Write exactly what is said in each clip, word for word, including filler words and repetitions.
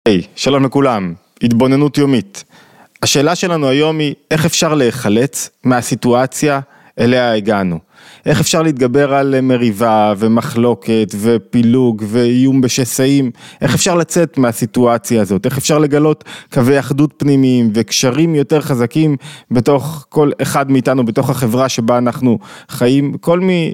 היי, שלום לכולם, התבוננות יומית. השאלה שלנו היום היא איך אפשר להיחלץ מהסיטואציה אליה הגענו. איך אפשר להתגבר על מריבה ומחלוקת ופילוג ואיום בשסעים. איך אפשר לצאת מהסיטואציה הזאת, איך אפשר לגלות קווי אחדות פנימיים וקשרים יותר חזקים בתוך כל אחד מאיתנו, בתוך החברה שבה אנחנו חיים. כל מי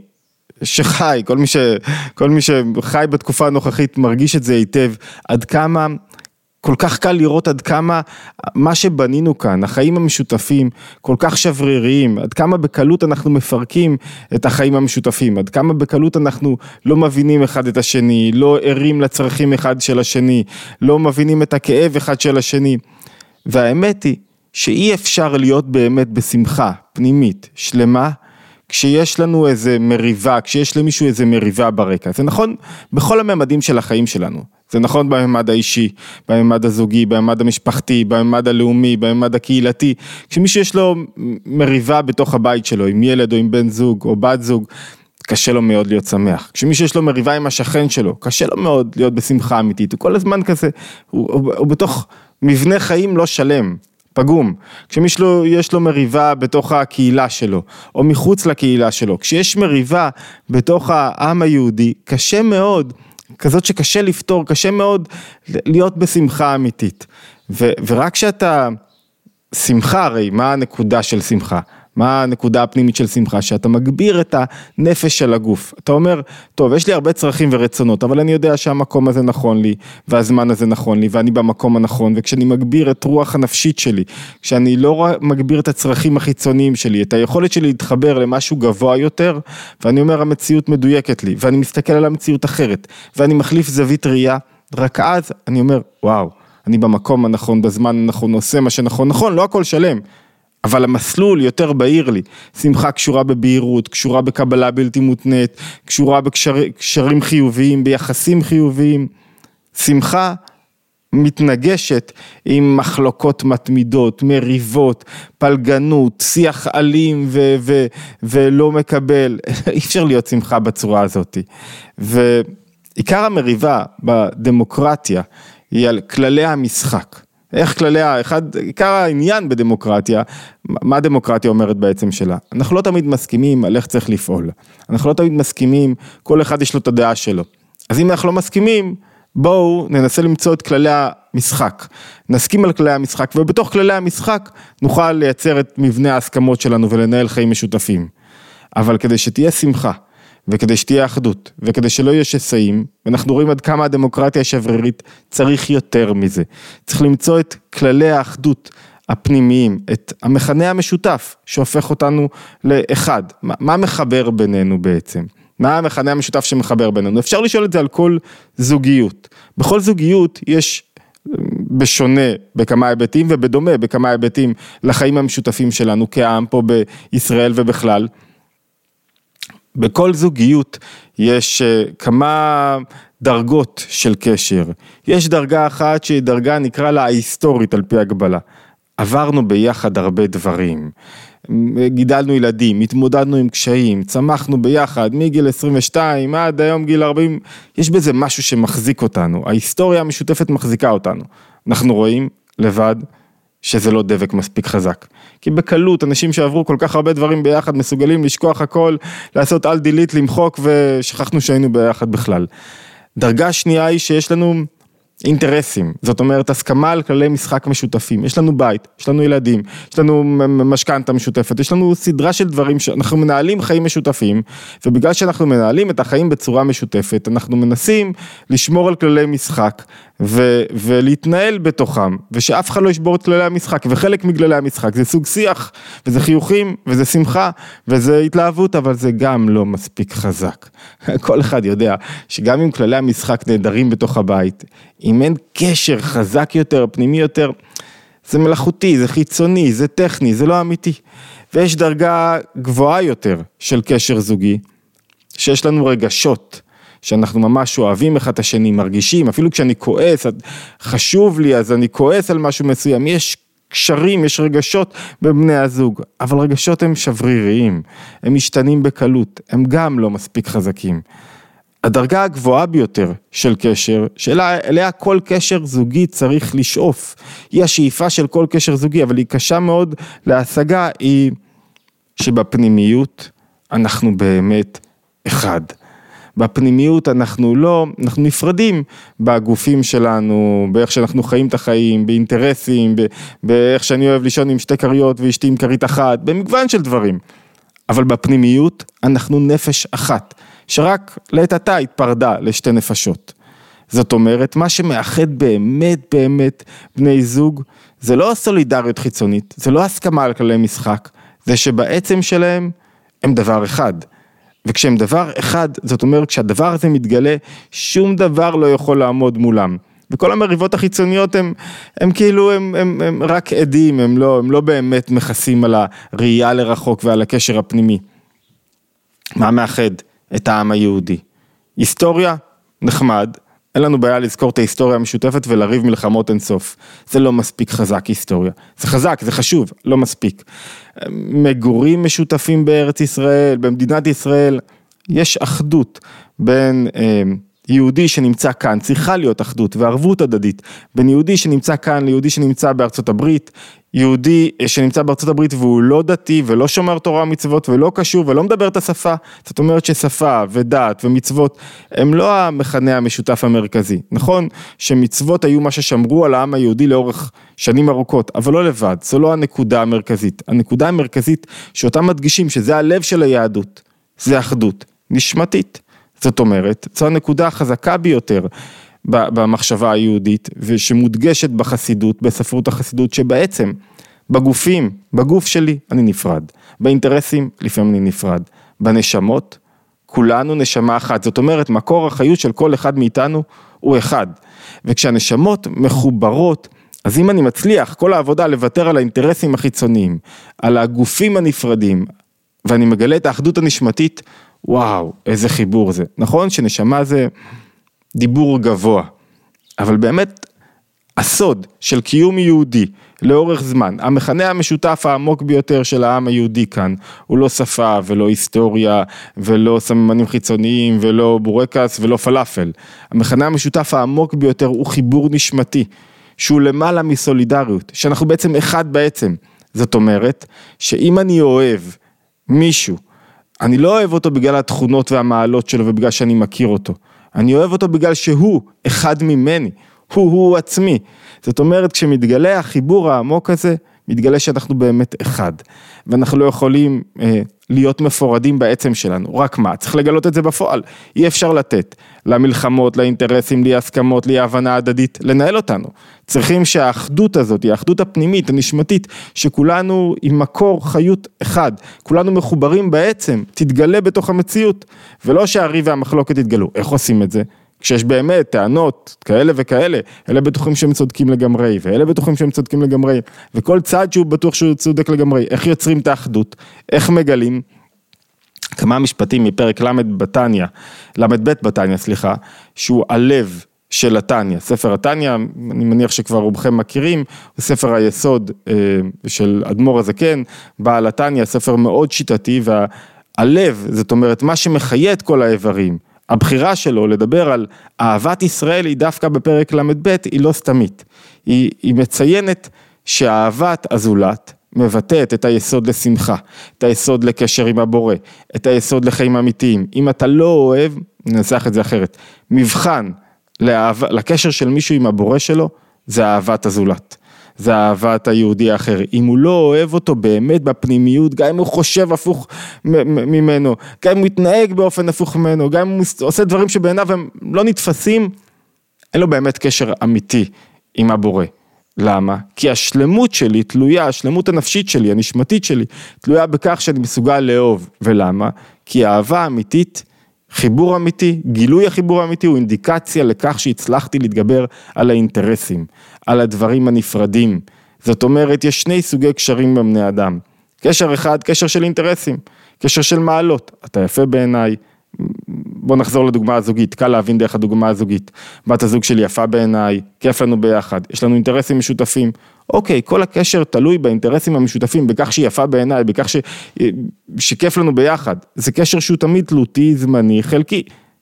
שחי, כל מי ש, כל מי שחי בתקופה הנוכחית מרגיש את זה היטב, עד כמה כל כך קל לראות עד כמה מה שבנינו כאן, החיים המשותפים, כל כך שבריריים, עד כמה בקלות אנחנו מפרקים את החיים המשותפים, עד כמה בקלות אנחנו לא מבינים אחד את השני, לא ערים לצרכים אחד של השני, לא מבינים את הכאב אחד של השני. והאמת היא שאי אפשר להיות באמת בשמחה פנימית, שלמה, כשיש לנו איזה מריבה, כשיש למישהו איזה מריבה ברקע. זה נכון בכל הממדים של החיים שלנו. זה נכון בממד האישי, בממד הזוגי, בממד המשפחתי, בממד הלאומי, בממד הקהילתי. כשמישהו יש לו מריבה בתוך הבית שלו, עם ילד או עם בן זוג או בת זוג, קשה לו מאוד להיות שמח. כשמישהו יש לו מריבה עם השכן שלו, קשה לו מאוד להיות בשמחה אמיתית. הוא כל הזמן כזה, הוא, הוא, הוא בתוך מבנה חיים לא שלם. פגום, כשמישהו יש לו מריבה בתוך הקהילה שלו, או מחוץ לקהילה שלו, כשיש מריבה בתוך העם היהודי, קשה מאוד, כזאת שקשה לפתור, קשה מאוד להיות בשמחה אמיתית, ו- ורק שאתה, שמחה הרי, מה הנקודה של שמחה? מה הנקודה הפנימית של שמחה? שאתה מגביר את הנפש של הגוף. אתה אומר, טוב, יש לי הרבה צרכים ורצונות, אבל אני יודע שהמקום הזה נכון לי, והזמן הזה נכון לי, ואני במקום הנכון, וכשאני מגביר את רוח הנפשית שלי, כשאני לא מגביר את הצרכים החיצוניים שלי, את היכולת שלי להתחבר למשהו גבוה יותר, ואני אומר, המציאות מדויקת לי, ואני מסתכל על המציאות אחרת, ואני מחליף זווית ראייה, רק אז אני אומר, וואו, אני במקום הנכון, בזמן הנכון, עושה מה שנכון, נכון, לא הכל שלם, אבל המסלול יותר בהיר לי, שמחה קשורה בבהירות, קשורה בקבלה בלתי מותנית, קשורה בקשרים חיוביים, ביחסים חיוביים, שמחה מתנגשת עם מחלוקות מתמידות, מריבות, פלגנות, שיח אלים ו- ו- ולא מקבל, אי אפשר להיות שמחה בצורה הזאת, ועיקר המריבה בדמוקרטיה היא על כללי המשחק, איך כלליה, אחד, עיקר העניין בדמוקרטיה, מה הדמוקרטיה אומרת בעצם שלה? אנחנו לא תמיד מסכימים על איך צריך לפעול, אנחנו לא תמיד מסכימים, כל אחד יש לו את הדעה שלו, אז אם אנחנו לא מסכימים, בואו ננסה למצוא את כללי המשחק, נסכים על כללי המשחק, ובתוך כללי המשחק נוכל לייצר את מבנה ההסכמות שלנו ולנהל חיים משותפים, אבל כדי שתהיה שמחה, וכדי שתהיה אחדות, וכדי שלא יהיה שסעים, ואנחנו רואים עד כמה הדמוקרטיה השברירית צריך יותר מזה. צריך למצוא את כללי האחדות הפנימיים, את המכנה המשותף שהופך אותנו לאחד. מה, מה מחבר בינינו בעצם? מה המכנה המשותף שמחבר בינינו? אפשר לשאול את זה על כל זוגיות. בכל זוגיות יש בשונה בכמה היבטים ובדומה בכמה היבטים לחיים המשותפים שלנו כעם פה בישראל ובכלל. בכל זוגיות יש כמה דרגות של קשר. יש דרגה אחת שהיא דרגה נקרא לה ההיסטורית על פי הגבלה. עברנו ביחד הרבה דברים. גידלנו ילדים, התמודדנו עם קשיים, צמחנו ביחד מגיל עשרים ושתיים עד היום גיל ארבעים. יש בזה משהו שמחזיק אותנו. ההיסטוריה המשותפת מחזיקה אותנו. אנחנו רואים לבד שזה לא דבק מספיק חזק. כי בקלות, אנשים שעברו כל כך הרבה דברים ביחד, מסוגלים לשכוח הכל, לעשות על דילית, למחוק, ושכחנו שהיינו ביחד בכלל. דרגה שנייה היא שיש לנו אינטרסים, זאת אומרת, הסכמה על כללי משחק משותפים. יש לנו בית, יש לנו ילדים, יש לנו משכנתה משותפת, יש לנו סדרה של דברים שאנחנו מנהלים חיים משותפים, ובגלל שאנחנו מנהלים את החיים בצורה משותפת, אנחנו מנסים לשמור על כללי משחק, ו- ולהתנהל בתוכם, ושאף אחד לא ישבור את כללי המשחק, וחלק מכללי המשחק זה סוג שיח, וזה חיוכים, וזה שמחה, וזה התלהבות, אבל זה גם לא מספיק חזק. כל אחד יודע שגם אם כללי המשחק נהדרים בתוך הבית, אם אין קשר חזק יותר, פנימי יותר, זה מלאכותי, זה חיצוני, זה טכני, זה לא אמיתי. ויש דרגה גבוהה יותר של קשר זוגי, שיש לנו רגשות, שאנחנו ממש אוהבים אחד את השני, מרגישים, אפילו כשאני כועס, חשוב לי, אז אני כועס על משהו מסוים, יש קשרים, יש רגשות בבני הזוג, אבל רגשות הם שבריריים, הם משתנים בקלות, הם גם לא מספיק חזקים. הדרגה הגבוהה ביותר של קשר, שאליה כל קשר זוגי צריך לשאוף, היא השאיפה של כל קשר זוגי, אבל היא קשה מאוד להשגה, היא שבפנימיות אנחנו באמת אחד. בפנימיות אנחנו לא, אנחנו נפרדים בגופים שלנו, באיך שאנחנו חיים את החיים, באינטרסים, באיך שאני אוהב לישון עם שתי קריות ואשתי עם קרית אחת, במגוון של דברים. אבל בפנימיות אנחנו נפש אחת, שרק לעת עתה התפרדה לשתי נפשות. זאת אומרת, מה שמאחד באמת באמת בני זוג, זה לא סולידריות חיצונית, זה לא הסכמה על כללי משחק, זה שבעצם שלהם הם דבר אחד. וכשהם דבר אחד, זאת אומרת, כשהדבר הזה מתגלה, שום דבר לא יכול לעמוד מולם. וכל המריבות החיצוניות הם, הם כאילו, הם, הם, הם רק עדים, הם לא, הם לא באמת מכסים על הראייה לרחוק ועל הקשר הפנימי. מה מאחד את העם היהודי? היסטוריה, נחמד, אין לנו בעיה לזכור את ההיסטוריה המשותפת ולריב מלחמות אינסוף. זה לא מספיק חזק היסטוריה. זה חזק, זה חשוב, לא מספיק. מגורים משותפים בארץ ישראל, במדינת ישראל, יש אחדות בין אה, יהודי שנמצא כאן, צריכה להיות אחדות וערבות הדדית, בין יהודי שנמצא כאן ליהודי שנמצא בארצות הברית, יהודי שנמצא בארצות הברית והוא לא דתי ולא שומר תורה ומצוות ולא קשור ולא מדבר את השפה, זאת אומרת ששפה ודת ומצוות הם לא המכנה המשותף המרכזי, נכון שמצוות היו מה ששמרו על העם היהודי לאורך שנים ארוכות, אבל לא לבד, זו לא הנקודה המרכזית, הנקודה המרכזית שאותם מדגישים שזה הלב של היהדות, זה אחדות נשמתית, זאת אומרת, זו הנקודה החזקה ביותר במחשבה היהודית, ושמודגשת בחסידות, בספרות החסידות, שבעצם בגופים, בגוף שלי אני נפרד, באינטרסים לפעמים אני נפרד, בנשמות כולנו נשמה אחת, זאת אומרת מקור החיות של כל אחד מאיתנו הוא אחד, וכשהנשמות מחוברות, אז אם אני מצליח כל העבודה לוותר על האינטרסים החיצוניים, על הגופים הנפרדים, ואני מגלה את האחדות הנשמתית, וואו, איזה חיבור זה, נכון שנשמה זה דיבור גבוה, אבל באמת הסוד של קיום יהודי לאורך זמן, המכנה המשותף העמוק ביותר של העם היהודי כאן, הוא לא שפה ולא היסטוריה ולא סממנים חיצוניים ולא בורקס ולא פלאפל, המכנה המשותף העמוק ביותר הוא חיבור נשמתי, שהוא למעלה מסולידריות, שאנחנו בעצם אחד בעצם, זאת אומרת שאם אני אוהב מישהו, אני לא אוהב אותו בגלל התכונות והמעלות שלו ובגלל שאני מכיר אותו, אני אוהב אותו בגלל שהוא אחד ממני, הוא הוא עצמי. זאת אומרת, כשמתגלה החיבור העמוק הזה, מתגלה שאנחנו באמת אחד. ואנחנו לא יכולים אה, להיות מפורדים בעצם שלנו. רק מה? צריך לגלות את זה בפועל. אי אפשר לתת למלחמות, לאינטרסים, להסכמות, להבנה הדדית, לנהל אותנו. צריכים שהאחדות הזאת, האחדות הפנימית, הנשמתית, שכולנו עם מקור חיות אחד, כולנו מחוברים בעצם, תתגלה בתוך המציאות, ולא שהריב והמחלוקת יתגלו. איך עושים את זה? כשיש באמת טענות כאלה וכאלה, אלה בטוחים שהם צודקים לגמרי, ואלה בטוחים שהם צודקים לגמרי, וכל צעד שהוא בטוח שהוא צודק לגמרי, איך יוצרים את האחדות, איך מגלים, כמה משפטים מפרק למד בתניא, למד בית בתניא, סליחה, שהוא הלב של התניא, ספר התניא, אני מניח שכבר רובכם מכירים, הוא ספר היסוד אה, של אדמו"ר הזקן, בעל התניא, ספר מאוד שיטתי, והלב, זאת אומרת, מה שמחיה את כל האיברים, הבחירה שלו לדבר על אהבת ישראל היא דווקא בפרק למד ב' היא לא סתמית, היא, היא מציינת שאהבת הזולת מבטאת את היסוד לשמחה, את היסוד לקשר עם הבורא, את היסוד לחיים אמיתיים, אם אתה לא אוהב, ננסח את זה אחרת, מבחן לאהב, לקשר של מישהו עם הבורא שלו, זה אהבת הזולת. זה אהבת היהודי האחר, אם הוא לא אוהב אותו באמת בפנימיות, גם אם הוא חושב הפוך ממנו, גם אם הוא מתנהג באופן הפוך ממנו, גם אם הוא עושה דברים שבעיניו הם לא נתפסים, אין לו באמת קשר אמיתי עם הבורא. למה? כי השלמות שלי תלויה, השלמות הנפשית שלי, הנשמתית שלי, תלויה בכך שאני מסוגל לאהוב. ולמה? כי האהבה אמיתית, חיבור אמיתי, גילוי החיבור האמיתי הוא אינדיקציה לכך שהצלחתי להתגבר על האינטרסים, על הדברים הנפרדים. זאת אומרת, יש שני סוגי קשרים בבני אדם. קשר אחד, קשר של אינטרסים, קשר של מעלות. אתה יפה בעיניי, בוא נחזור לדוגמה הזוגית, קל להבין דרך הדוגמה הזוגית. בת הזוג שלי יפה בעיניי, כיף לנו ביחד, יש לנו אינטרסים משותפים. אוקיי, כל הקשר תלוי באינטרסים המשותפים, בכך שהיא יפה בעיניי, בכך ש... שכיף לנו ביחד. זה קשר שהוא תמיד תלותי, זמני, חלקי.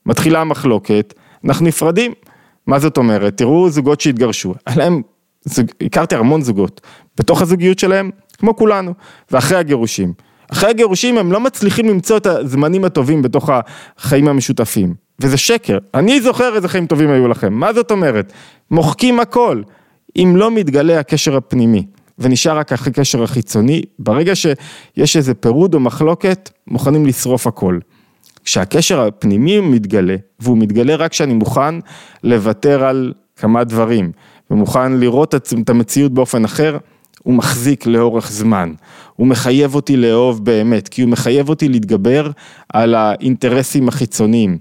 מתחילה המחלוקת, אנחנו נפרדים. מה זאת אומרת? תראו זוגות שהתגרשו, עליהם, זוג, הכרתי המון זוגות, בתוך הזוגיות שלהם, כמו כולנו, ואחרי הגירושים. אחרי הגירושים הם לא מצליחים למצוא את הזמנים הטובים בתוך החיים המשותפים, וזה שקר. אני זוכר איזה חיים טובים היו לכם. מה זאת אומרת? מוחקים הכל. אם לא מתגלה הקשר הפנימי, ונשאר רק אחרי הקשר החיצוני, ברגע שיש איזה פירוד או מחלוקת, מוכנים לשרוף הכל. כשהקשר הפנימי מתגלה, והוא מתגלה רק כשאני מוכן לוותר על כמה דברים, ומוכן לראות את המציאות באופן אחר, הוא מחזיק לאורך זמן, הוא מחייב אותי לאהוב באמת, כי הוא מחייב אותי להתגבר על האינטרסים החיצוניים.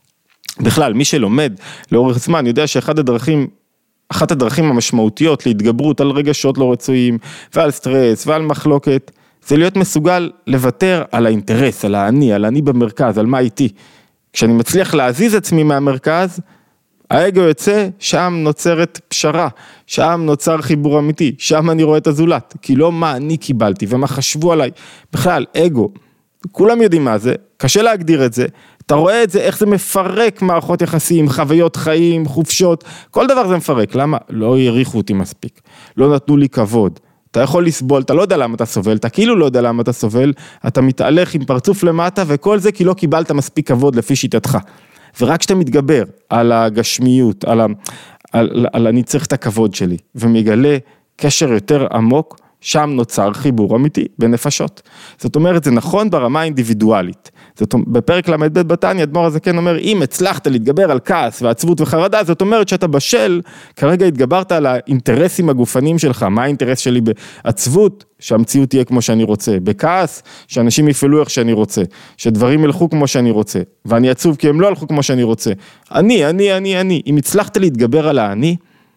בכלל, מי שלומד לאורך זמן, יודע שאחד הדרכים, אחת הדרכים המשמעותיות להתגברות על רגשות לא רצויים, ועל סטרס ועל מחלוקת, זה להיות מסוגל לוותר על האינטרס, על האני, על האני במרכז, על מה איתי. כשאני מצליח להזיז עצמי מהמרכז, האגו יוצא, שם נוצרת פשרה, שם נוצר חיבור אמיתי, שם אני רואה את הזולת, כי לא מה אני קיבלתי ומה חשבו עליי. בכלל, אגו, כולם יודעים מה זה, קשה להגדיר את זה, אתה רואה את זה, איך זה מפרק מערכות יחסים, חוויות חיים, חופשות, כל דבר זה מפרק. למה? לא העריכו אותי מספיק, לא נתנו לי כבוד. אתה יכול לסבול, אתה לא יודע למה אתה סובל, אתה כאילו לא יודע למה אתה סובל, אתה מתהלך עם פרצוף למטה, וכל זה כי לא קיבלת מספיק כבוד לפי שיטתך. ורק כשאתה מתגבר על הגשמיות, על, ה, על, על, על אני צריך את הכבוד שלי, ומגלה קשר יותר עמוק, שם נוצר חיבור אמיתי בנפשות. זאת אומרת, זה נכון ברמה האינדיבידואלית. זאת אומרת, בפרק למד ב' בתניא, אדמו"ר הזקן אומר, אם הצלחת להתגבר על כעס ועצבות וחרדה, זאת אומרת שאתה בשל, כרגע התגברת על האינטרסים הגופניים שלך. מה האינטרס שלי בעצבות? שהמציאות תהיה כמו שאני רוצה. בכעס, שאנשים יפעלו איך שאני רוצה. שדברים ילכו כמו שאני רוצה. ואני עצוב כי הם לא הלכו כמו שאני רוצה. אני, אני, אני, אני. אם הצלחת להתגבר על האני,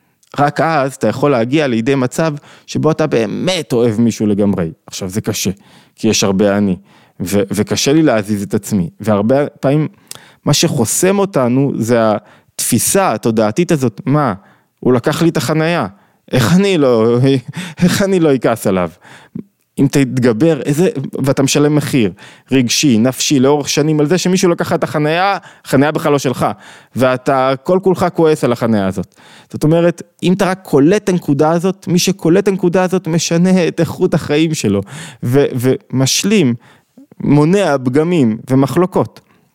רק אז אתה יכול להגיע לידי מצב שבו אתה באמת אוהב מישהו לגמרי. עכשיו זה קשה, כי יש הרבה אני, ו- וקשה לי להזיז את עצמי, והרבה פעמים מה שחוסם אותנו זה התפיסה התודעתית הזאת, מה? הוא לקח לי את החנייה, איך אני לא, איך אני לא אכעס עליו? אם תתגבר, איזה, ואתה משלם מחיר, רגשי, נפשי, לאורך שנים, על זה שמישהו לקח את החנייה, החנייה בכלל לא שלך, ואתה כל כולך כועס על החנייה הזאת. זאת אומרת, אם אתה רק קולט את הנקודה הזאת, מי שקולט את הנקודה הזאת, משנה את איכות החיים שלו, ו, ומשלים, מונע פגמים ומחלוקות.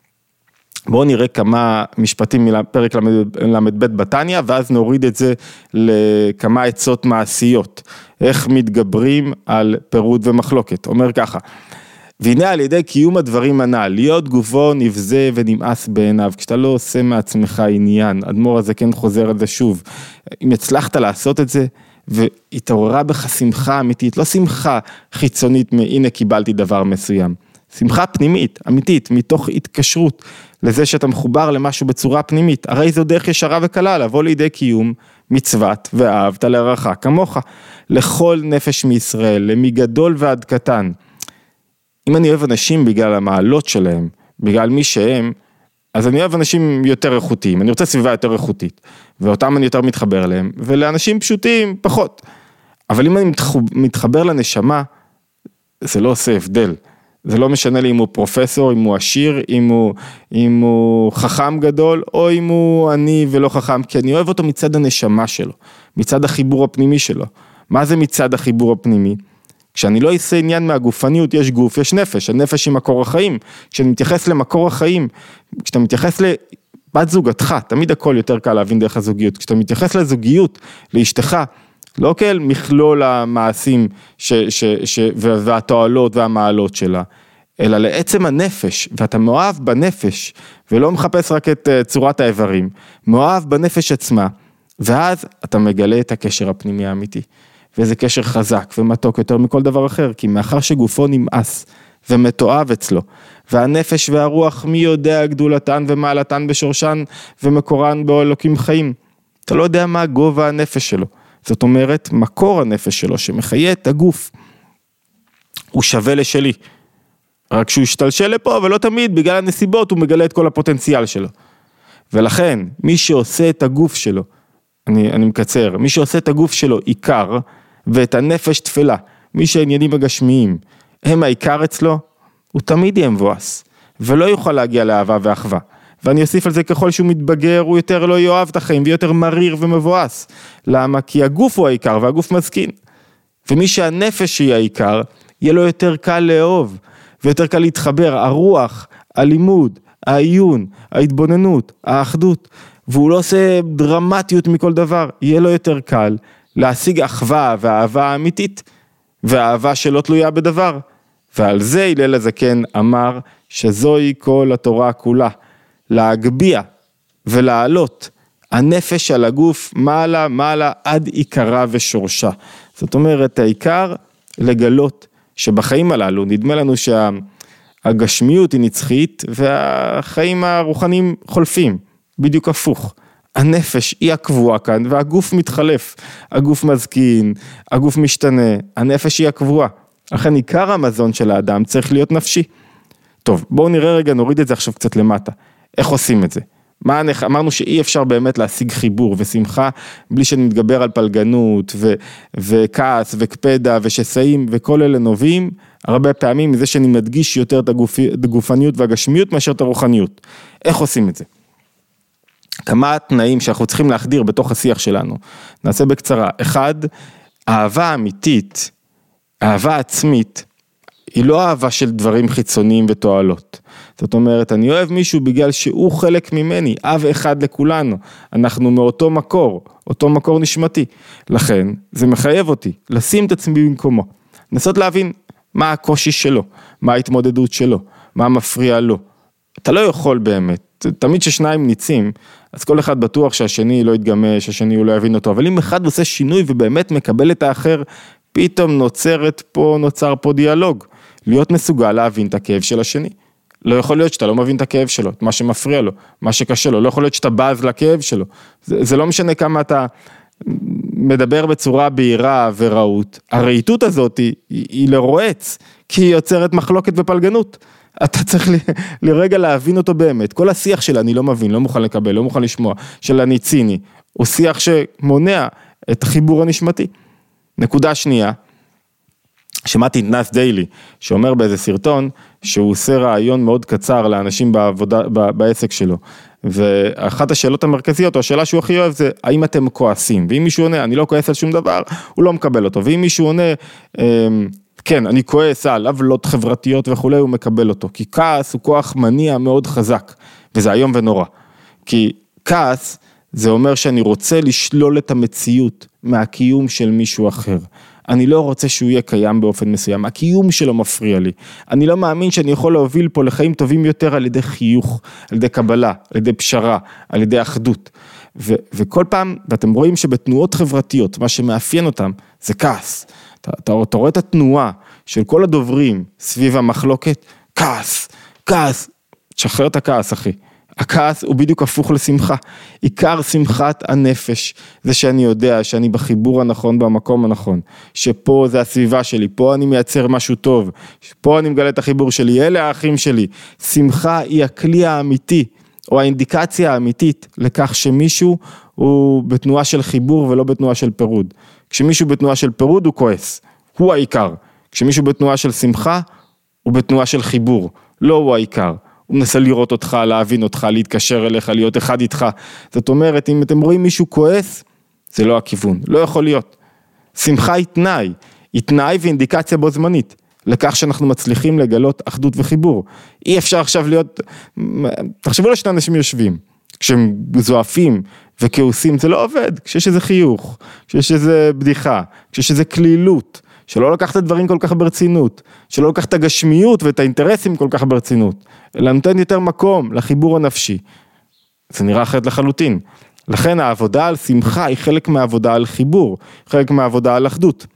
בואו נראה כמה משפטים מפרק למד ב' בתניא, ואז נוריד את זה לכמה עצות מעשיות. איך מתגברים על פירוד ומחלוקת. אומר ככה, והנה על ידי קיום הדברים הנ"ל, להיות גופו נבזה ונמאס בעיניו, כשאתה לא עושה מעצמך עניין, אדמו"ר הזקן חוזר על זה שוב, אם הצלחת לעשות את זה, והתעוררה בך שמחה אמיתית, לא שמחה חיצונית, הנה קיבלתי דבר מסוים, שמחה פנימית, אמיתית, מתוך התקשרות, לזה שאתה מחובר למשהו בצורה פנימית, הרי זו דרך ישרה וקלה, לבוא לידי קיום מצוות ואהבת לרעך כמוך, לכל נפש מישראל, מגדול ועד קטן. אם אני אוהב אנשים בגלל המעלות שלהם, בגלל מי שהם, אז אני אוהב אנשים יותר איכותיים, אני רוצה סביבה יותר איכותית, ואותם אני יותר מתחבר אליהם, ולאנשים פשוטים פחות. אבל אם אני מתחבר לנשמה, זה לא עושה הבדל. זה לא משנה לי אם הוא פרופסור, אם הוא עשיר, אם הוא, אם הוא חכם גדול, או אם הוא עני ולא חכם, כי אני אוהב אותו מצד הנשמה שלו, מצד החיבור הפנימי שלו. מה זה מצד החיבור הפנימי? כשאני לא אעשה עניין מהגופניות, יש גוף, יש נפש, הנפש היא מקור החיים. כשאני מתייחס למקור החיים, כשאתה מתייחס לבת זוגתך, תמיד הכל יותר קל להבין דרך הזוגיות, כשאתה מתייחס לזוגיות, לאשתך, לא כאל מכלול המעשים ש, ש, ש, והתועלות והמעלות שלה, אלא לעצם הנפש, ואתה מאוהב בנפש, ולא מחפש רק את צורת האיברים, מאוהב בנפש עצמה, ואז אתה מגלה את הקשר הפנימי האמיתי, וזה קשר חזק ומתוק יותר מכל דבר אחר, כי מאחר שגופו נמאס ומתואב אצלו, והנפש והרוח מי יודע גדולתן ומעלתן בשורשן ומקורן באלוקים חיים, אתה לא יודע מה גובה הנפש שלו, זאת אומרת, מקור הנפש שלו שמחיה את הגוף, הוא שווה לשלי, רק שהוא ישתלשל לפה, ולא תמיד, בגלל הנסיבות, הוא מגלה את כל הפוטנציאל שלו. ולכן, מי שעושה את הגוף שלו, אני, אני מקצר, מי שעושה את הגוף שלו עיקר, ואת הנפש תפלה, מי שהעניינים הגשמיים, הם העיקר אצלו, הוא תמיד יהיה מבואס, ולא יוכל להגיע לאהבה ואחווה. ואני אוסיף על זה ככל שהוא מתבגר, הוא יותר לא יאהב את החיים, ויותר מריר ומבואס. למה? כי הגוף הוא העיקר, והגוף מזקין. ומי שהנפש היא העיקר, יהיה לו יותר קל לאהוב, ויותר קל להתחבר, הרוח, הלימוד, העיון, ההתבוננות, האחדות, והוא לא עושה דרמטיות מכל דבר, יהיה לו יותר קל להשיג אחווה והאהבה האמיתית, והאהבה שלא תלויה בדבר. ועל זה הלל הזקן אמר שזוהי כל התורה כולה, להגביה ולעלות הנפש על הגוף מעלה מעלה עד עיקרה ושורשה. זאת אומרת, העיקר לגלות שבחיים הללו נדמה לנו שהגשמיות היא נצחית והחיים הרוחניים חולפים, בדיוק הפוך. הנפש היא הקבועה כאן והגוף מתחלף, הגוף מזקין, הגוף משתנה, הנפש היא הקבועה. לכן עיקר המזון של האדם צריך להיות נפשי. טוב, בואו נראה רגע, נוריד את זה עכשיו קצת למטה. איך עושים את זה? מה, אמרנו שאי אפשר באמת להשיג חיבור ושמחה, בלי שנתגבר על פלגנות ו, וכעס וקפדה ושסעים וכל אלה נובעים, הרבה פעמים מזה שאני מדגיש יותר את הגופניות והגשמיות מאשר את הרוחניות. איך עושים את זה? כמה תנאים שאנחנו צריכים להחדיר בתוך השיח שלנו. נעשה בקצרה. אחד, אהבה אמיתית, אהבה עצמית, היא לא אהבה של דברים חיצוניים ותועלות. זאת אומרת, אני אוהב מישהו בגלל שהוא חלק ממני, אב אחד לכולנו. אנחנו מאותו מקור, אותו מקור נשמתי. לכן, זה מחייב אותי לשים את עצמי במקומו. לנסות להבין מה הקושי שלו, מה ההתמודדות שלו, מה מפריע לו. אתה לא יכול באמת, תמיד ששניים ניצים, אז כל אחד בטוח שהשני לא יתגמש, השני הוא לא יבין אותו, אבל אם אחד עושה שינוי ובאמת מקבל את האחר, פתאום נוצרת פה, נוצר פה דיאלוג. להיות מסוגל להבין את הכאב של השני. לא יכול להיות שאתה לא מבין את הכאב שלו, את מה שמפריע לו, מה שקשה לו, לא יכול להיות שאתה בז לכאב שלו. זה, זה לא משנה כמה אתה מדבר בצורה בהירה ורעות. הרהיטות הזאת היא, היא לרועץ, כי היא יוצרת מחלוקת ופלגנות. אתה צריך ל, לרגע להבין אותו באמת. כל השיח של אני לא מבין, לא מוכן לקבל, לא מוכן לשמוע, של אני ציני, הוא שיח שמונע את החיבור הנשמתי. נקודה שנייה, שמעתי את נאס דיילי, שאומר באיזה סרטון, שהוא עושה רעיון מאוד קצר לאנשים בעבודה, בעסק שלו, ואחת השאלות המרכזיות, או השאלה שהוא הכי אוהב זה, האם אתם כועסים? ואם מישהו עונה, אני לא כועס על שום דבר, הוא לא מקבל אותו, ואם מישהו עונה, כן, אני כועס על עוולות חברתיות וכו', הוא מקבל אותו, כי כעס הוא כוח מניע מאוד חזק, וזה היום ונורא, כי כעס זה אומר שאני רוצה לשלול את המציאות מהקיום של מישהו אחר. אני לא רוצה שהוא יהיה קיים באופן מסוים, הקיום שלו מפריע לי. אני לא מאמין שאני יכול להוביל פה לחיים טובים יותר על ידי חיוך, על ידי קבלה, על ידי פשרה, על ידי אחדות. ו- וכל פעם, ואתם רואים שבתנועות חברתיות, מה שמאפיין אותם זה כעס. אתה, אתה, אתה רואה את התנועה של כל הדוברים סביב המחלוקת, כעס, כעס, תשחרר את הכעס אחי. הכעס הוא בדיוק הפוך לשמחה, עיקר שמחת הנפש, זה שאני יודע שאני בחיבור הנכון, במקום הנכון, שפה זה הסביבה שלי, פה אני מייצר משהו טוב, פה אני מגלה את החיבור שלי, אלה האחים שלי, שמחה היא הכלי האמיתי, או האינדיקציה האמיתית, לכך שמישהו הוא בתנועה של חיבור ולא בתנועה של פירוד, כשמישהו בתנועה של פירוד הוא כועס, הוא העיקר, כשמישהו בתנועה של שמחה, הוא בתנועה של חיבור, לא הוא העיקר, הוא מנסה לראות אותך, להבין אותך, להתקשר אליך, להיות אחד איתך. זאת אומרת, אם אתם רואים מישהו כועס, זה לא הכיוון, לא יכול להיות. שמחה היא תנאי, היא תנאי ואינדיקציה בו זמנית, לכך שאנחנו מצליחים לגלות אחדות וחיבור. אי אפשר עכשיו להיות, תחשבו לשני אנשים יושבים, כשהם זועפים וכעוסים, זה לא עובד, כשיש איזה חיוך, כשיש איזה בדיחה, כשיש איזה כלילות, שלא לקח את הדברים כל כך ברצינות, שלא לקח את הגשמיות ואת האינטרסים כל כך ברצינות, אלא נותן יותר מקום לחיבור הנפשי. זה נראה אחרת לחלוטין. לכן העבודה על שמחה היא חלק מהעבודה על חיבור, חלק מהעבודה על אחדות.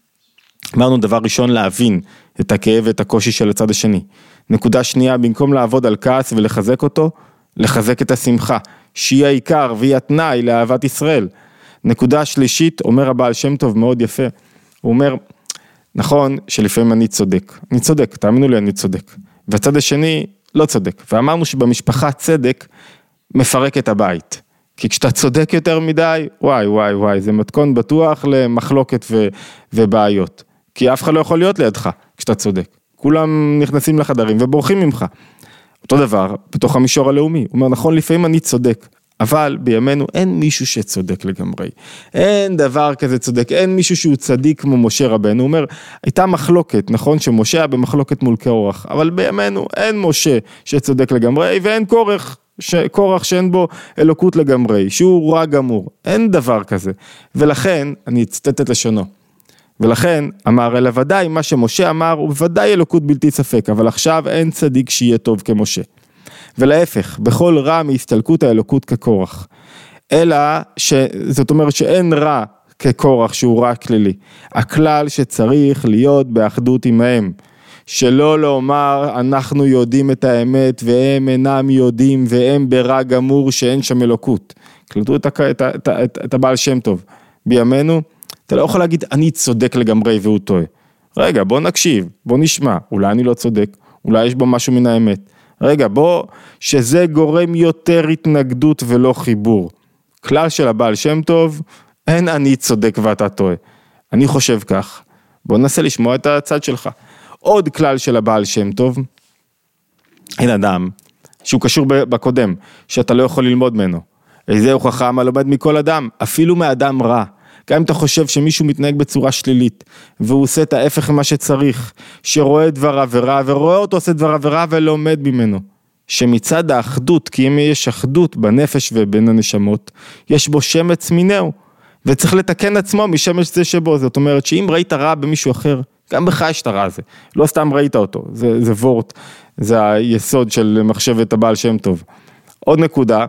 אמרנו דבר ראשון להבין את הכאב ואת הקושי של הצד השני. נקודה שנייה, במקום לעבוד על כעס ולחזק אותו, לחזק את השמחה, שהיא העיקר והיא התנאי לאהבת ישראל. נקודה שלישית, אומר הבעל שם טוב מאוד יפה, הוא אומר, נכון שלפעמים אני צודק, אני צודק, תאמינו לי אני צודק, והצד השני לא צודק, ואמרנו שבמשפחה צדק מפרק את הבית, כי כשאתה צודק יותר מדי, וואי וואי וואי, זה מתכון בטוח למחלוקת ו- ובעיות, כי אף אחד לא יכול להיות לידך כשאתה צודק, כולם נכנסים לחדרים ובורחים ממך, אותו דבר, בתוך המישור הלאומי, הוא אומר, נכון, לפעמים אני צודק, אבל בימינו אין מישהו שצודק לגמרי, אין דבר כזה צודק, אין מישהו שהוא צדיק כמו משה רבנו, הוא אומר, הייתה מחלוקת, נכון שמשה היה במחלוקת מול קורח, אבל בימינו אין משה שצודק לגמרי, ואין קורח, ש... קורח שאין בו אלוקות לגמרי, שהוא רע גמור, אין דבר כזה, ולכן, אני אצטט את לשונו, ולכן אמר אלא ודאי, מה שמשה אמר הוא בוודאי אלוקות בלתי ספק, אבל עכשיו אין צדיק שיהיה טוב כמשה. ולהפך, בכל רע מהסתלקות האלוקות כקורח. אלא, ש... זאת אומרת שאין רע כקורח שהוא רע כלילי. הכלל שצריך להיות באחדות עמהם. שלא לומר אנחנו יודעים את האמת והם אינם יודעים והם ברע גמור שאין שם אלוקות. קלטו את, את, את, את, את, את הבעל שם טוב. בימינו, אתה לא יכול להגיד אני צודק לגמרי והוא טועה. רגע, בוא נקשיב, בוא נשמע, אולי אני לא צודק, אולי יש בו משהו מן האמת. רגע, בוא, שזה גורם יותר התנגדות ולא חיבור. כלל של הבעל שם טוב, אין אני צודק ואתה טועה. אני חושב כך, בוא ננסה לשמוע את הצד שלך. עוד כלל של הבעל שם טוב, אין אדם שהוא קשור בקודם, שאתה לא יכול ללמוד ממנו. איזה הוא חכם הלומד מכל אדם, אפילו מאדם רע. גם אם אתה חושב שמישהו מתנהג בצורה שלילית, והוא עושה את ההפך ממה שצריך, שרואה דברה ורע, ורואה אותו עושה דברה ורע ולומד ממנו. שמצד האחדות, כי אם יש אחדות בנפש ובין הנשמות, יש בו שמץ מינהו, וצריך לתקן עצמו משמש זה שבו. זאת אומרת שאם ראית רע במישהו אחר, גם בך יש את הרע הזה, לא סתם ראית אותו, זה, זה וורט, זה היסוד של מחשבת הבעל שם טוב. עוד נקודה,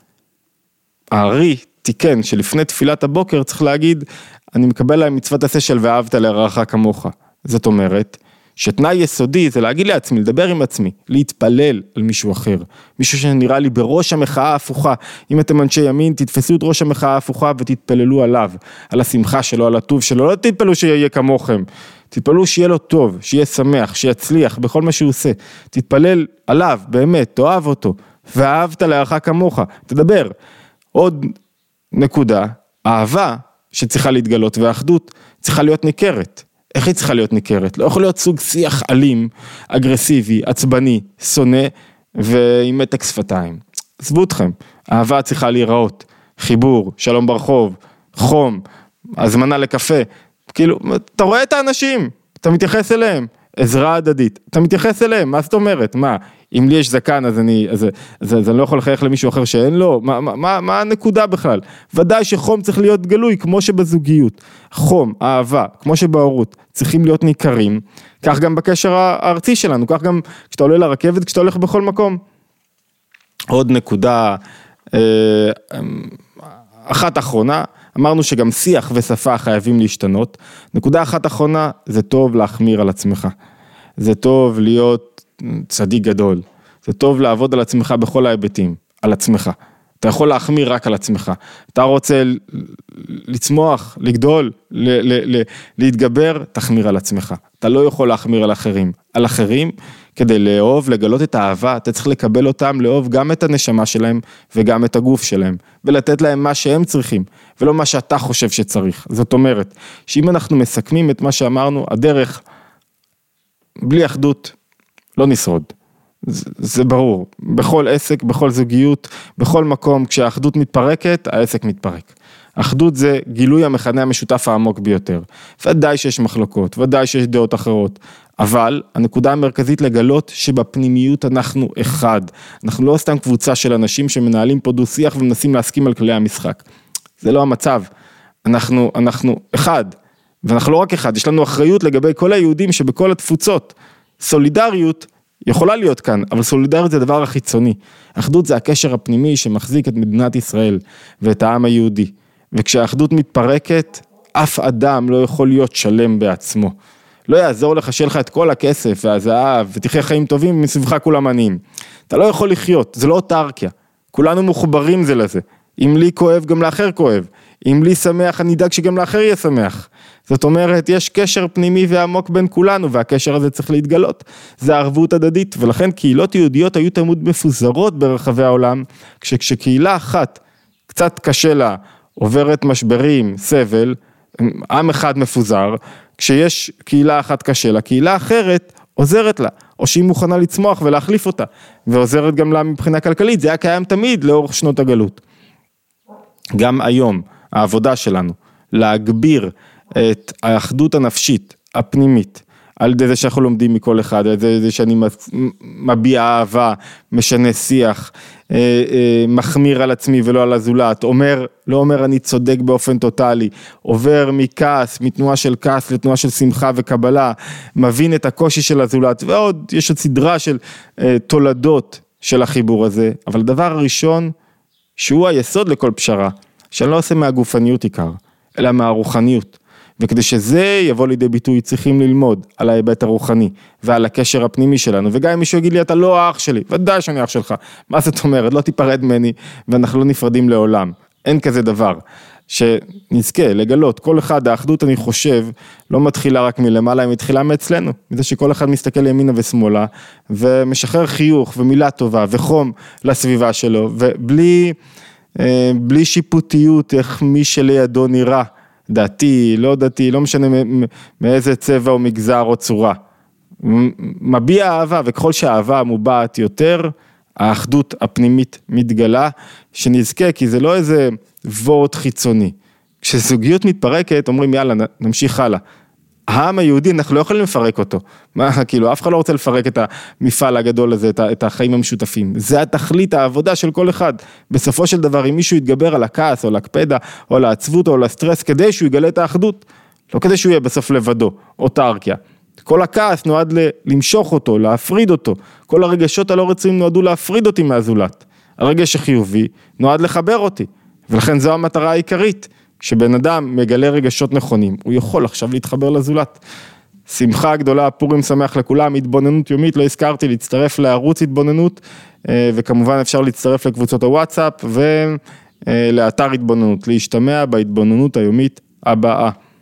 הארי תיקן שלפני תפילת הבוקר צריך להגיד, אני מקבל להם מצוות עשה של ואהבת לרעך כמוך. זאת אומרת, שתנאי יסודי זה להגיד לעצמי, לדבר עם עצמי, להתפלל על מישהו אחר, מישהו שנראה לי בראש המחאה ההפוכה. אם אתם אנשי ימין, תתפסו את ראש המחאה ההפוכה ותתפללו עליו, על השמחה שלו, על הטוב שלו, לא תתפללו שיהיה כמוכם, תתפללו שיהיה לו טוב, שיהיה שמח, שיצליח בכל מה שהוא עושה, תתפלל עליו, באמת, תאהב אותו, ואהבת לרעך כמוך, תדבר. עוד נקודה, אהבה שצריכה להתגלות והאחדות צריכה להיות ניכרת. איך היא צריכה להיות ניכרת? לא יכול להיות סוג שיח אלים, אגרסיבי, עצבני, שונא ועם מתק שפתיים. עזבו אתכם, אהבה צריכה להיראות, חיבור, שלום ברחוב, חום, הזמנה לקפה, כאילו, אתה רואה את האנשים, אתה מתייחס אליהם, עזרה הדדית, אתה מתייחס אליהם, מה זאת אומרת? מה, אם לי יש זקן, אז אני, אז, אז, אז אני לא יכול לחייך למישהו אחר שאין לו, מה, מה, מה, מה הנקודה בכלל? ודאי שחום צריך להיות גלוי, כמו שבזוגיות, חום, אהבה, כמו שבהורות, צריכים להיות ניכרים, כך גם בקשר הארצי שלנו, כך גם כשאתה עולה לרכבת, כשאתה הולך בכל מקום. עוד נקודה, אה, אחת אחרונה, אמרנו שגם שיח ושפה חייבים להשתנות. נקודה אחת אחרונה, זה טוב להחמיר על עצמך. זה טוב להיות צדיק גדול. זה טוב לעבוד על עצמך בכל ההיבטים, על עצמך. אתה יכול להחמיר רק על עצמך. אתה רוצה לצמוח, לגדול, ל- ל- ל- להתגבר, תחמיר על עצמך. אתה לא יכול להחמיר על אחרים. על אחרים, כדי לאהוב, לגלות את האהבה, אתה צריך לקבל אותם, לאהוב גם את הנשמה שלהם, וגם את הגוף שלהם, ולתת להם מה שהם צריכים, ולא מה שאתה חושב שצריך. זאת אומרת, שאם אנחנו מסכמים את מה שאמרנו, הדרך, בלי אחדות, לא נשרוד. זה, זה ברור. בכל עסק, בכל זוגיות, בכל מקום, כשהאחדות מתפרקת, העסק מתפרק. אחדות זה גילוי המכנה המשותף העמוק ביותר. ודאי שיש מחלוקות, ודאי שיש דעות אחרות, אבל הנקודה המרכזית לגלות שבפנימיות אנחנו אחד. אנחנו לא סתם קבוצה של אנשים שמנהלים פה דו שיח ומנסים להסכים על כללי המשחק. זה לא המצב. אנחנו, אנחנו אחד, ואנחנו לא רק אחד, יש לנו אחריות לגבי כל היהודים שבכל התפוצות. סולידריות יכולה להיות כאן, אבל סולידריות זה הדבר החיצוני. אחדות זה הקשר הפנימי שמחזיק את מדינת ישראל ואת העם היהודי. וכשהאחדות מתפרקת, אף אדם לא יכול להיות שלם בעצמו. לא יעזור לך שיהיה לך את כל הכסף והזהב, ותחיה חיים טובים, מסביבך כולם עניים. אתה לא יכול לחיות, זה לא אוטרקיה. כולנו מחוברים זה לזה. אם לי כואב, גם לאחר כואב. אם לי שמח, אני אדאג שגם לאחר יהיה שמח. זאת אומרת, יש קשר פנימי ועמוק בין כולנו, והקשר הזה צריך להתגלות. זה ערבות הדדית, ולכן קהילות יהודיות היו תמיד מפוזרות ברחבי העולם, כשקהילה אחת, קצת קשה לה, עוברת משברים, סבל, עם אחד מפוזר, כשיש קהילה אחת קשה לה, קהילה אחרת עוזרת לה, או שהיא מוכנה לצמוח ולהחליף אותה, ועוזרת גם לה מבחינה כלכלית, זה היה קיים תמיד לאורך שנות הגלות. גם היום, העבודה שלנו, להגביר את האחדות הנפשית, הפנימית, על ידי זה שאנחנו לומדים מכל אחד, על ידי זה שאני מביע אהבה, משנה שיח, מחמיר על עצמי ולא על הזולת, אומר, לא אומר אני צודק באופן טוטלי, עובר מכעס, מתנועה של כעס לתנועה של שמחה וקבלה, מבין את הקושי של הזולת, ועוד יש עוד סדרה של תולדות של החיבור הזה, אבל הדבר הראשון, שהוא היסוד לכל פשרה, שאני לא עושה מהגופניות עיקר, אלא מהרוחניות, וכדי שזה יבוא לידי ביטוי, צריכים ללמוד על ההיבט הרוחני, ועל הקשר הפנימי שלנו, וגם אם מישהו יגיד לי, אתה לא האח שלי, ודאי שאני אח שלך, מה זאת אומרת, לא תיפרד ממני, ואנחנו לא נפרדים לעולם, אין כזה דבר, שנזכה לגלות, כל אחד, האחדות אני חושב, לא מתחילה רק מלמעלה, היא מתחילה מאצלנו, מזה שכל אחד מסתכל ימינה ושמאלה, ומשחרר חיוך, ומילה טובה, וחום לסביבה שלו, ובלי, בלי שיפוטיות, איך מי שלידו נראה, דתי, לא דתי, לא משנה מאיזה צבע או מגזר או צורה. מביע אהבה, וככל שהאהבה מובעת יותר, האחדות הפנימית מתגלה, שנזכה, כי זה לא איזה וורט חיצוני. כשזוגיות מתפרקת, אומרים יאללה, נמשיך הלאה. העם היהודי, אנחנו לא יכולים לפרק אותו. מה, כאילו, אף אחד לא רוצה לפרק את המפעל הגדול הזה, את החיים המשותפים. זה התכלית, העבודה של כל אחד. בסופו של דבר, אם מישהו יתגבר על הכעס, או על הקפדה, או על העצבות, או על הסטרס, כדי שהוא יגלה את האחדות, לא כדי שהוא יהיה בסוף לבדו, או תארקיה. כל הכעס נועד למשוך אותו, להפריד אותו. כל הרגשות הלא רצויים נועדו להפריד אותי מהזולת. הרגש החיובי נועד לחבר אותי. ולכן זו המטרה העיקרית. כשבן אדם מגלה רגשות נכונים, הוא יכול עכשיו להתחבר לזולת. שמחה גדולה, פורים שמח לכולם, התבוננות יומית, לא הזכרתי להצטרף לערוץ התבוננות, וכמובן אפשר להצטרף לקבוצות הוואטסאפ, ולאתר התבוננות, להשתמע בהתבוננות היומית הבאה.